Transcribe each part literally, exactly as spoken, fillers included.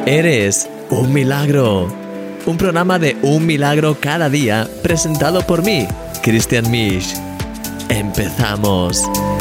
Eres un milagro. Un programa de un milagro cada día presentado por mí, Christian Misch. ¡Empezamos!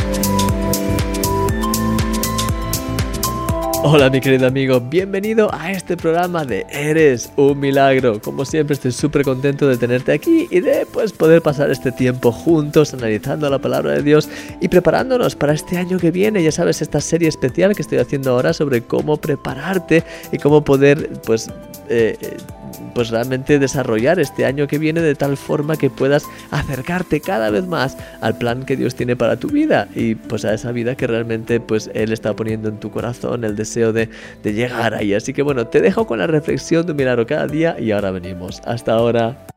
Hola mi querido amigo, bienvenido a este programa de Eres un milagro. Como siempre estoy súper contento de tenerte aquí y de pues, poder pasar este tiempo juntos analizando la palabra de Dios y preparándonos para este año que viene. Ya sabes, esta serie especial que estoy haciendo ahora sobre cómo prepararte y cómo poder pues, eh, pues realmente desarrollar este año que viene de tal forma que puedas acercarte cada vez más al plan que Dios tiene para tu vida y pues a esa vida que realmente pues Él está poniendo en tu corazón, el deseo De, de llegar ahí. Así que bueno, te dejo con la reflexión de un milagro cada día y ahora venimos. Hasta ahora.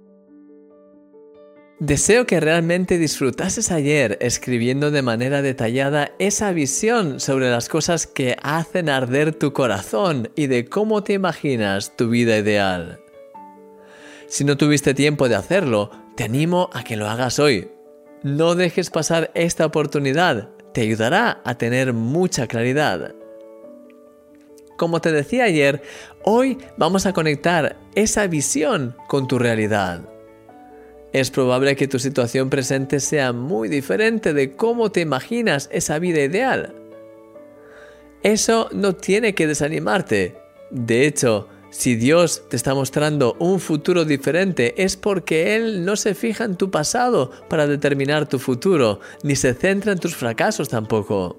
Deseo que realmente disfrutases ayer escribiendo de manera detallada esa visión sobre las cosas que hacen arder tu corazón y de cómo te imaginas tu vida ideal. Si no tuviste tiempo de hacerlo, te animo a que lo hagas hoy. No dejes pasar esta oportunidad, te ayudará a tener mucha claridad. Como te decía ayer, hoy vamos a conectar esa visión con tu realidad. Es probable que tu situación presente sea muy diferente de cómo te imaginas esa vida ideal. Eso no tiene que desanimarte. De hecho, si Dios te está mostrando un futuro diferente, es porque Él no se fija en tu pasado para determinar tu futuro, ni se centra en tus fracasos tampoco.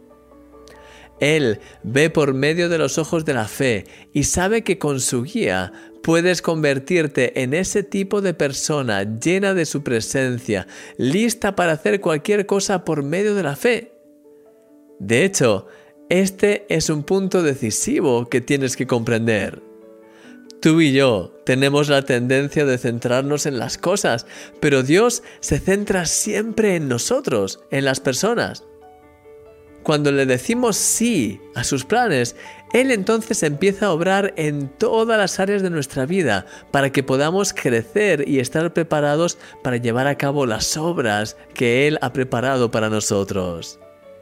Él ve por medio de los ojos de la fe y sabe que con su guía puedes convertirte en ese tipo de persona llena de su presencia, lista para hacer cualquier cosa por medio de la fe. De hecho, este es un punto decisivo que tienes que comprender. Tú y yo tenemos la tendencia de centrarnos en las cosas, pero Dios se centra siempre en nosotros, en las personas. Cuando le decimos sí a sus planes, Él entonces empieza a obrar en todas las áreas de nuestra vida para que podamos crecer y estar preparados para llevar a cabo las obras que Él ha preparado para nosotros.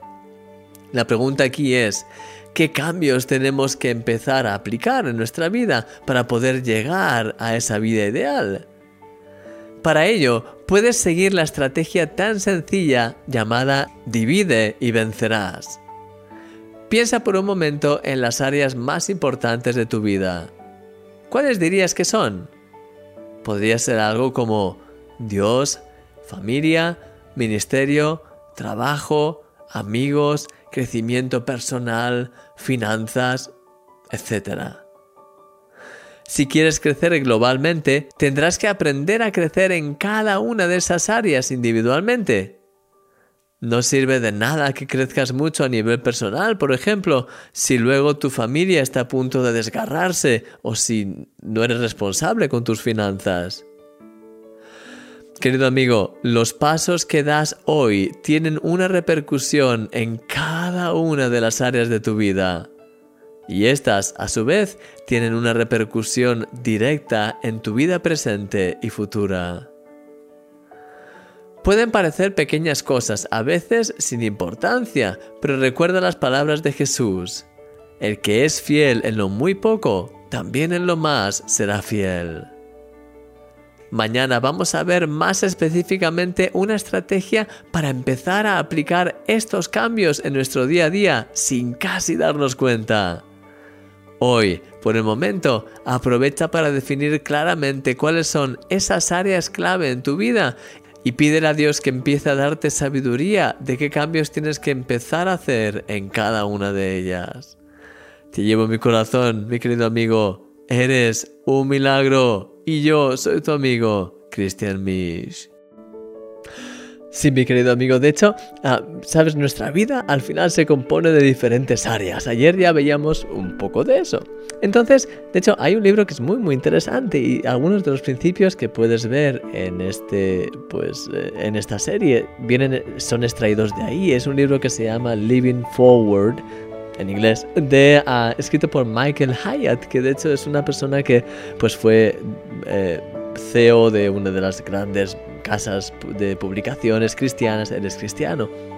La pregunta aquí es, ¿qué cambios tenemos que empezar a aplicar en nuestra vida para poder llegar a esa vida ideal? Para ello, puedes seguir la estrategia tan sencilla llamada divide y vencerás. Piensa por un momento en las áreas más importantes de tu vida. ¿Cuáles dirías que son? Podría ser algo como Dios, familia, ministerio, trabajo, amigos, crecimiento personal, finanzas, etcétera. Si quieres crecer globalmente, tendrás que aprender a crecer en cada una de esas áreas individualmente. No sirve de nada que crezcas mucho a nivel personal, por ejemplo, si luego tu familia está a punto de desgarrarse o si no eres responsable con tus finanzas. Querido amigo, los pasos que das hoy tienen una repercusión en cada una de las áreas de tu vida. Y estas, a su vez, tienen una repercusión directa en tu vida presente y futura. Pueden parecer pequeñas cosas, a veces sin importancia, pero recuerda las palabras de Jesús. El que es fiel en lo muy poco, también en lo más será fiel. Mañana vamos a ver más específicamente una estrategia para empezar a aplicar estos cambios en nuestro día a día sin casi darnos cuenta. Hoy, por el momento, aprovecha para definir claramente cuáles son esas áreas clave en tu vida y pídele a Dios que empiece a darte sabiduría de qué cambios tienes que empezar a hacer en cada una de ellas. Te llevo en mi corazón, mi querido amigo. Eres un milagro y yo soy tu amigo, Christian Misch. Sí, mi querido amigo, de hecho, uh, sabes, nuestra vida al final se compone de diferentes áreas. Ayer ya veíamos un poco de eso. Entonces, de hecho, hay un libro que es muy, muy interesante y algunos de los principios que puedes ver en este, pues, eh, en esta serie vienen, son extraídos de ahí. Es un libro que se llama Living Forward, en inglés, de, uh, escrito por Michael Hyatt, que de hecho es una persona que, pues, fue eh, C E O de una de las grandes casas de publicaciones cristianas. Él es cristiano.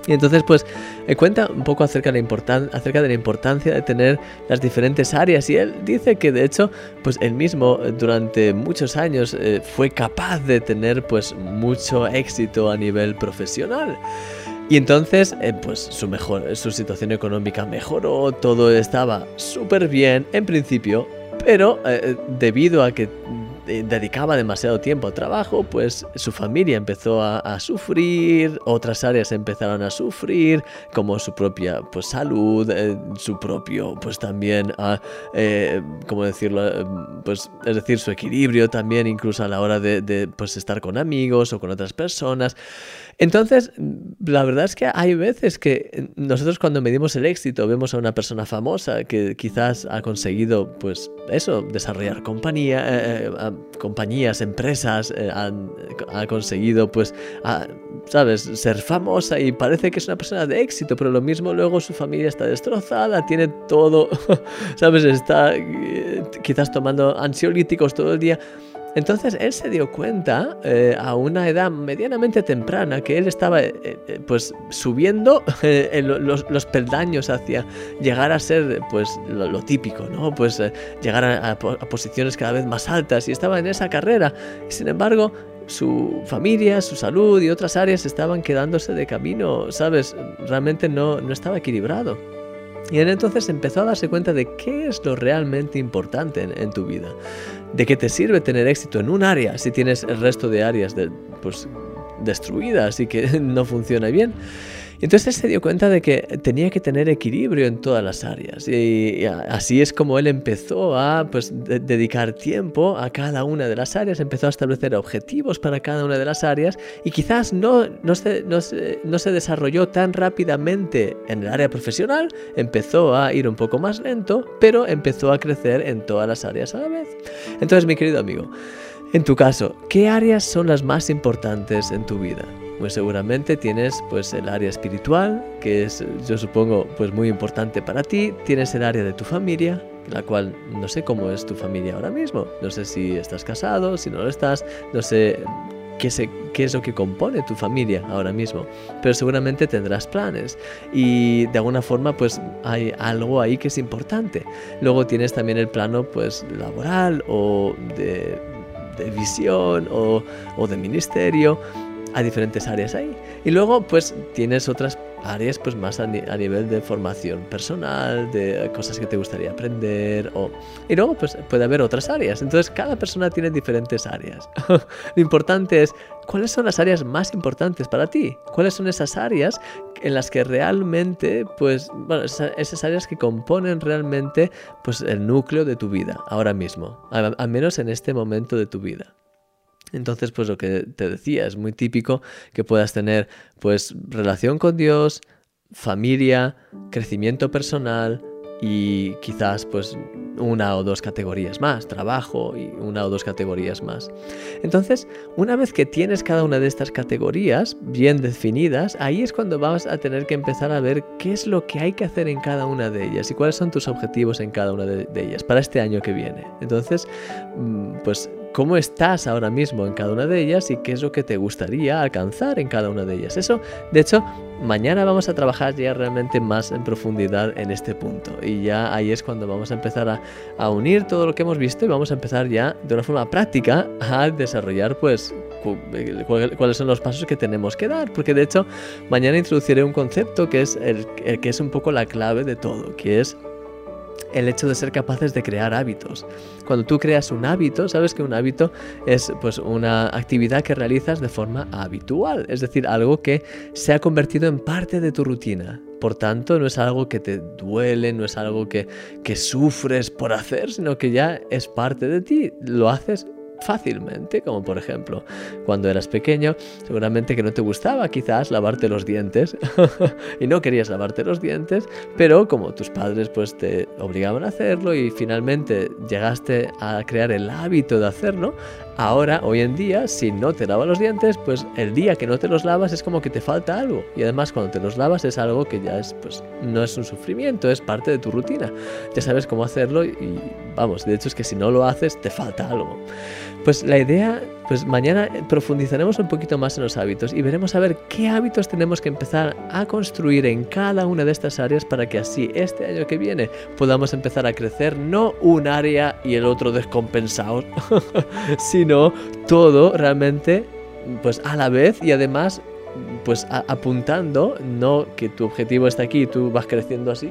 Y entonces pues eh, cuenta un poco acerca de, la importan- acerca de la importancia de tener las diferentes áreas, y él dice que de hecho pues él mismo eh, durante muchos años eh, fue capaz de tener pues mucho éxito a nivel profesional. Y entonces, eh, pues su, mejor, su situación económica mejoró, todo estaba súper bien en principio, pero eh, debido a que dedicaba demasiado tiempo al trabajo, pues su familia empezó a, a sufrir, otras áreas empezaron a sufrir, como su propia pues salud, eh, su propio pues también, uh, eh, ¿cómo decirlo? Pues es decir, su equilibrio también, incluso a la hora de, de pues estar con amigos o con otras personas. Entonces, la verdad es que hay veces que nosotros cuando medimos el éxito vemos a una persona famosa que quizás ha conseguido, pues eso, desarrollar compañía, eh, eh, compañías, empresas, eh, han, ha conseguido, pues, a, ¿sabes?, ser famosa y parece que es una persona de éxito, pero lo mismo luego su familia está destrozada, tiene todo, ¿sabes?, está eh, quizás tomando ansiolíticos todo el día. Entonces él se dio cuenta eh, a una edad medianamente temprana que él estaba eh, eh, pues subiendo eh, los, los peldaños hacia llegar a ser pues lo, lo típico, ¿no? Pues eh, llegar a, a, a posiciones cada vez más altas, y estaba en esa carrera. Y sin embargo, su familia, su salud y otras áreas estaban quedándose de camino, ¿sabes? Realmente no, no estaba equilibrado. Y él entonces empezó a darse cuenta de qué es lo realmente importante en, en tu vida. De qué te sirve tener éxito en un área si tienes el resto de áreas de, pues, destruidas y que no funciona bien. Y entonces se dio cuenta de que tenía que tener equilibrio en todas las áreas. Y, y así es como él empezó a pues, de, dedicar tiempo a cada una de las áreas, empezó a establecer objetivos para cada una de las áreas, y quizás no, no, se, no, se, no se desarrolló tan rápidamente en el área profesional, empezó a ir un poco más lento, pero empezó a crecer en todas las áreas a la vez. Entonces, mi querido amigo, en tu caso, ¿qué áreas son las más importantes en tu vida? Pues seguramente tienes pues el área espiritual, que es, yo supongo, pues muy importante para ti. Tienes el área de tu familia, la cual no sé cómo es tu familia ahora mismo. No sé si estás casado, si no lo estás, no sé qué, se, qué es lo que compone tu familia ahora mismo. Pero seguramente tendrás planes y de alguna forma pues hay algo ahí que es importante. Luego tienes también el plano pues laboral o de, de visión o, o de ministerio. A diferentes áreas ahí. Y luego pues tienes otras áreas pues más a, ni a nivel de formación personal, de cosas que te gustaría aprender, o... y luego pues puede haber otras áreas. Entonces cada persona tiene diferentes áreas. Lo importante es cuáles son las áreas más importantes para ti, cuáles son esas áreas en las que realmente pues bueno, esas, esas áreas que componen realmente pues el núcleo de tu vida ahora mismo, al, al menos en este momento de tu vida. Entonces, pues lo que te decía, es muy típico que puedas tener pues relación con Dios, familia, crecimiento personal y quizás pues una o dos categorías más, trabajo y una o dos categorías más. Entonces, una vez que tienes cada una de estas categorías bien definidas, ahí es cuando vas a tener que empezar a ver qué es lo que hay que hacer en cada una de ellas y cuáles son tus objetivos en cada una de, de ellas para este año que viene. Entonces, pues cómo estás ahora mismo en cada una de ellas y qué es lo que te gustaría alcanzar en cada una de ellas. Eso, de hecho, mañana vamos a trabajar ya realmente más en profundidad en este punto, y ya ahí es cuando vamos a empezar a, a unir todo lo que hemos visto y vamos a empezar ya de una forma práctica a desarrollar pues cu cuáles son los pasos que tenemos que dar, porque de hecho mañana introduciré un concepto que es, el, el que es un poco la clave de todo, que es el hecho de ser capaces de crear hábitos. Cuando tú creas un hábito, sabes que un hábito es pues una actividad que realizas de forma habitual, es decir, algo que se ha convertido en parte de tu rutina. Por tanto, no es algo que te duele, no es algo que, que sufres por hacer, sino que ya es parte de ti, lo haces fácilmente, como por ejemplo cuando eras pequeño, seguramente que no te gustaba quizás lavarte los dientes y no querías lavarte los dientes, pero como tus padres pues te obligaban a hacerlo y finalmente llegaste a crear el hábito de hacerlo, ahora, hoy en día, si no te lavas los dientes, pues el día que no te los lavas es como que te falta algo, y además cuando te los lavas es algo que ya es, pues no es un sufrimiento, es parte de tu rutina, ya sabes cómo hacerlo y vamos, de hecho es que si no lo haces te falta algo. Pues la idea pues mañana profundizaremos un poquito más en los hábitos y veremos a ver qué hábitos tenemos que empezar a construir en cada una de estas áreas para que así este año que viene podamos empezar a crecer, no un área y el otro descompensado, sino todo realmente pues a la vez y además pues a, apuntando, no que tu objetivo está aquí y tú vas creciendo así,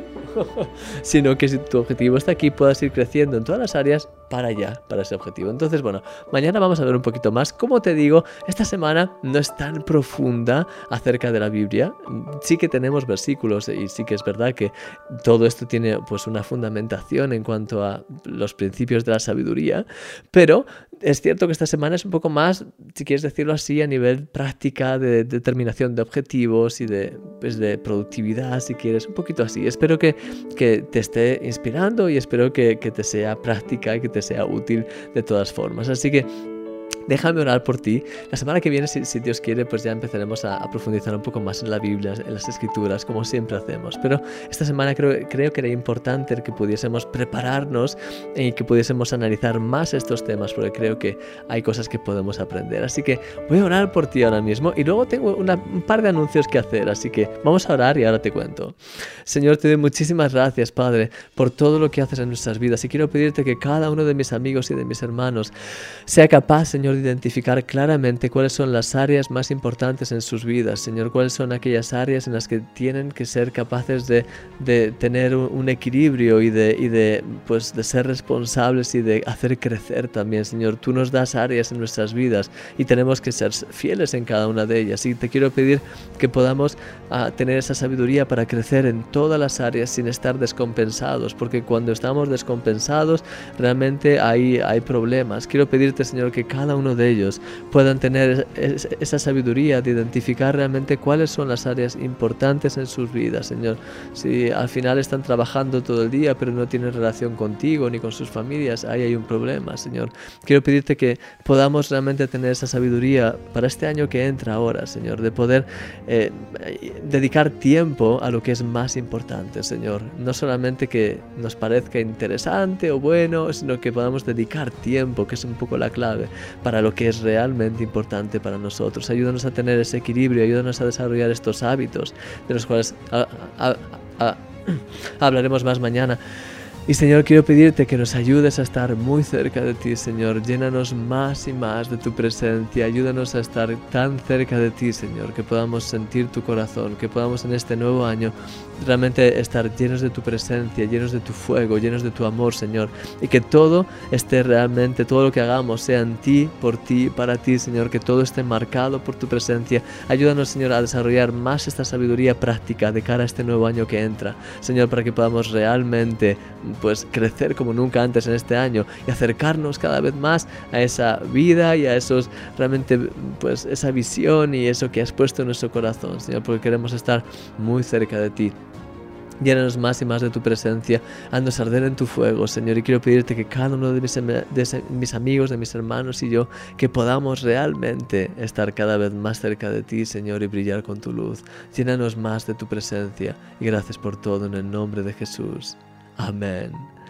sino que si tu objetivo está aquí puedas ir creciendo en todas las áreas para allá, para ese objetivo. Entonces, bueno, mañana vamos a ver un poquito más. Como te digo, esta semana no es tan profunda acerca de la Biblia. Sí que tenemos versículos y sí que es verdad que todo esto tiene pues una fundamentación en cuanto a los principios de la sabiduría, pero es cierto que esta semana es un poco más, si quieres decirlo así, a nivel práctica de determinación de objetivos y de, pues de productividad, si quieres, un poquito así. Espero que, que te esté inspirando y espero que, que te sea práctica y que te sea útil de todas formas. Así que déjame orar por ti. La semana que viene, si, si Dios quiere, pues ya empezaremos a, a profundizar un poco más en la Biblia, en las Escrituras, como siempre hacemos. Pero esta semana creo, creo que era importante que pudiésemos prepararnos y que pudiésemos analizar más estos temas, porque creo que hay cosas que podemos aprender. Así que voy a orar por ti ahora mismo y luego tengo una, un par de anuncios que hacer, así que vamos a orar y ahora te cuento. Señor, te doy muchísimas gracias, Padre, por todo lo que haces en nuestras vidas y quiero pedirte que cada uno de mis amigos y de mis hermanos sea capaz, Señor, de identificar claramente cuáles son las áreas más importantes en sus vidas, Señor, cuáles son aquellas áreas en las que tienen que ser capaces de, de tener un, un equilibrio y, de, y de, pues, de ser responsables y de hacer crecer también, Señor. Tú nos das áreas en nuestras vidas y tenemos que ser fieles en cada una de ellas y te quiero pedir que podamos uh, tener esa sabiduría para crecer en todas las áreas sin estar descompensados, porque cuando estamos descompensados realmente hay, hay problemas. Quiero pedirte, Señor, que cada uno de ellos puedan tener esa sabiduría de identificar realmente cuáles son las áreas importantes en sus vidas, Señor. Si al final están trabajando todo el día pero no tienen relación contigo ni con sus familias, ahí hay un problema, Señor. Quiero pedirte que podamos realmente tener esa sabiduría para este año que entra ahora, Señor, de poder eh, dedicar tiempo a lo que es más importante, Señor. No solamente que nos parezca interesante o bueno, sino que podamos dedicar tiempo, que es un poco la clave, para lo que es realmente importante para nosotros. Ayúdanos a tener ese equilibrio, ayúdanos a desarrollar estos hábitos de los cuales a, a, a, a, hablaremos más mañana. Y Señor, quiero pedirte que nos ayudes a estar muy cerca de ti, Señor. Llénanos más y más de tu presencia. Ayúdanos a estar tan cerca de ti, Señor, que podamos sentir tu corazón, que podamos en este nuevo año realmente estar llenos de tu presencia, llenos de tu fuego, llenos de tu amor, Señor. Y que todo esté realmente, todo lo que hagamos sea en ti, por ti, para ti, Señor. Que todo esté marcado por tu presencia. Ayúdanos, Señor, a desarrollar más esta sabiduría práctica de cara a este nuevo año que entra, Señor, para que podamos realmente pues crecer como nunca antes en este año y acercarnos cada vez más a esa vida y a esos realmente pues esa visión y eso que has puesto en nuestro corazón, Señor, porque queremos estar muy cerca de ti. Llénanos más y más de tu presencia, haznos arder en tu fuego, Señor, y quiero pedirte que cada uno de mis, de mis amigos, de mis hermanos y yo, que podamos realmente estar cada vez más cerca de ti, Señor, y brillar con tu luz. Llénanos más de tu presencia y gracias por todo en el nombre de Jesús. Amén.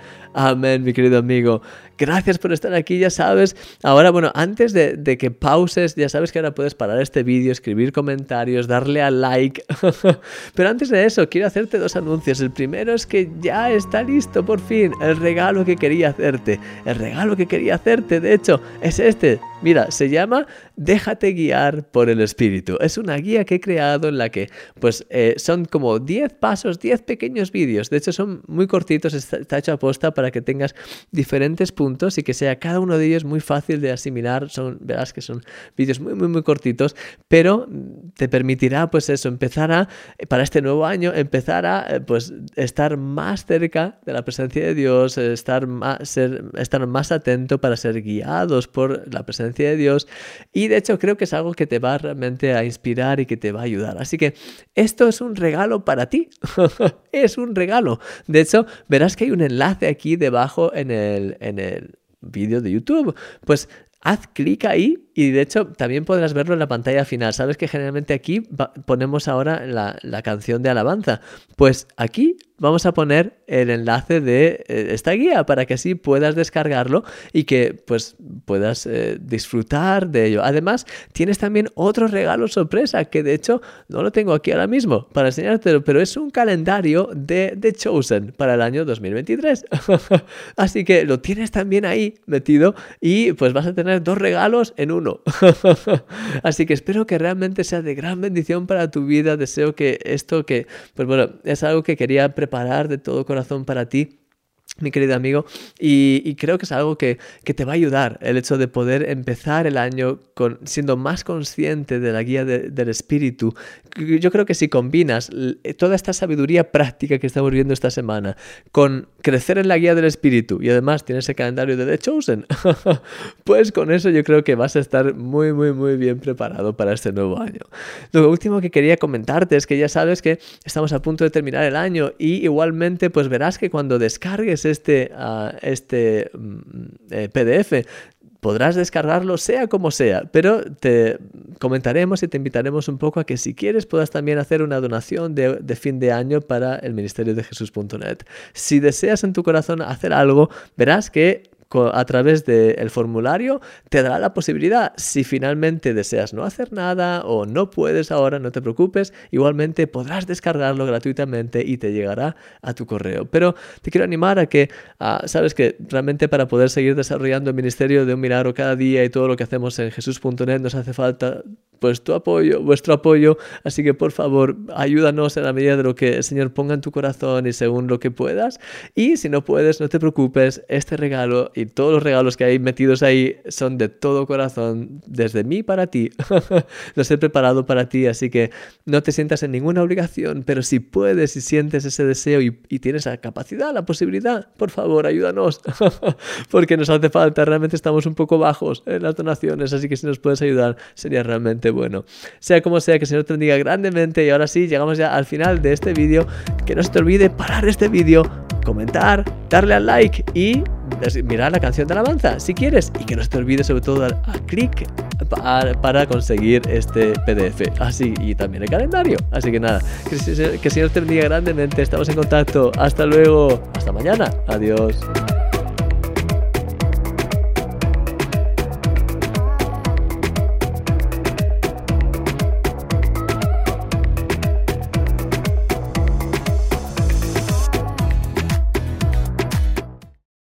Amén, mi querido amigo. Gracias por estar aquí, ya sabes. Ahora, bueno, antes de, de que pauses, ya sabes que ahora puedes parar este vídeo, escribir comentarios, darle a like. Pero antes de eso, quiero hacerte dos anuncios. El primero es que ya está listo, por fin, el regalo que quería hacerte. El regalo que quería hacerte, de hecho, es este. Mira, se llama Déjate guiar por el Espíritu. Es una guía que he creado en la que, pues, eh, son como diez pasos, diez pequeños vídeos. De hecho, son muy cortitos, está, está hecho a posta para que tengas diferentes puntos y que sea cada uno de ellos muy fácil de asimilar. Son, verás que son vídeos muy, muy, muy cortitos, pero te permitirá, pues eso, empezar a, para este nuevo año, empezar a, pues, estar más cerca de la presencia de Dios, estar más, ser, estar más atento para ser guiados por la presencia de Dios. Y de hecho creo que es algo que te va realmente a inspirar y que te va a ayudar. Así que esto es un regalo para ti. Es un regalo. De hecho, verás que hay un enlace aquí debajo en el, en el vídeo de YouTube. Pues haz clic ahí y de hecho también podrás verlo en la pantalla final. Sabes que generalmente aquí va, ponemos ahora la, la canción de alabanza. Pues aquí vamos a poner el enlace de eh, esta guía para que así puedas descargarlo y que pues puedas eh, disfrutar de ello. Además, tienes también otro regalo sorpresa que de hecho no lo tengo aquí ahora mismo para enseñártelo, pero es un calendario de The Chosen para el año dos mil veintitrés. Así que lo tienes también ahí metido y pues vas a tener dos regalos en uno. Así que espero que realmente sea de gran bendición para tu vida. Deseo que esto que, pues bueno, es algo que quería preparar de todo corazón para ti, mi querido amigo, y, y creo que es algo que, que te va a ayudar el hecho de poder empezar el año con, siendo más consciente de la guía de, del Espíritu. Yo creo que si combinas toda esta sabiduría práctica que estamos viendo esta semana con crecer en la guía del Espíritu y además tienes el calendario de The Chosen, pues con eso yo creo que vas a estar muy, muy, muy bien preparado para este nuevo año. Lo último que quería comentarte es que ya sabes que estamos a punto de terminar el año y igualmente pues verás que cuando descargues este, uh, este um, eh, P D F, podrás descargarlo sea como sea, pero te comentaremos y te invitaremos un poco a que si quieres puedas también hacer una donación de, de fin de año para el ministerio de jesús punto net. Si deseas en tu corazón hacer algo, verás que a través del formulario te dará la posibilidad. Si finalmente deseas no hacer nada o no puedes ahora, no te preocupes, igualmente podrás descargarlo gratuitamente y te llegará a tu correo. Pero te quiero animar a que, uh, sabes que realmente para poder seguir desarrollando el ministerio de un milagro cada día y todo lo que hacemos en jesús punto net nos hace falta pues tu apoyo, vuestro apoyo, así que por favor ayúdanos en la medida de lo que el Señor ponga en tu corazón y según lo que puedas. Y si no puedes, no te preocupes, este regalo y todos los regalos que hay metidos ahí son de todo corazón, desde mí para ti. Los he preparado para ti, así que no te sientas en ninguna obligación, pero si puedes y sientes ese deseo y, y tienes la capacidad, la posibilidad, por favor, ayúdanos, porque nos hace falta, realmente estamos un poco bajos en las donaciones, así que si nos puedes ayudar sería realmente bueno. Sea como sea, que el Señor te bendiga grandemente y ahora sí, llegamos ya al final de este vídeo. Que no se te olvide parar este vídeo, comentar, darle al like y mirar la canción de alabanza si quieres, y que no se te olvide sobre todo dar a clic para conseguir este P D F, así, y también el calendario. Así que nada, que, que el Señor te bendiga grandemente, estamos en contacto, hasta luego, hasta mañana, adiós.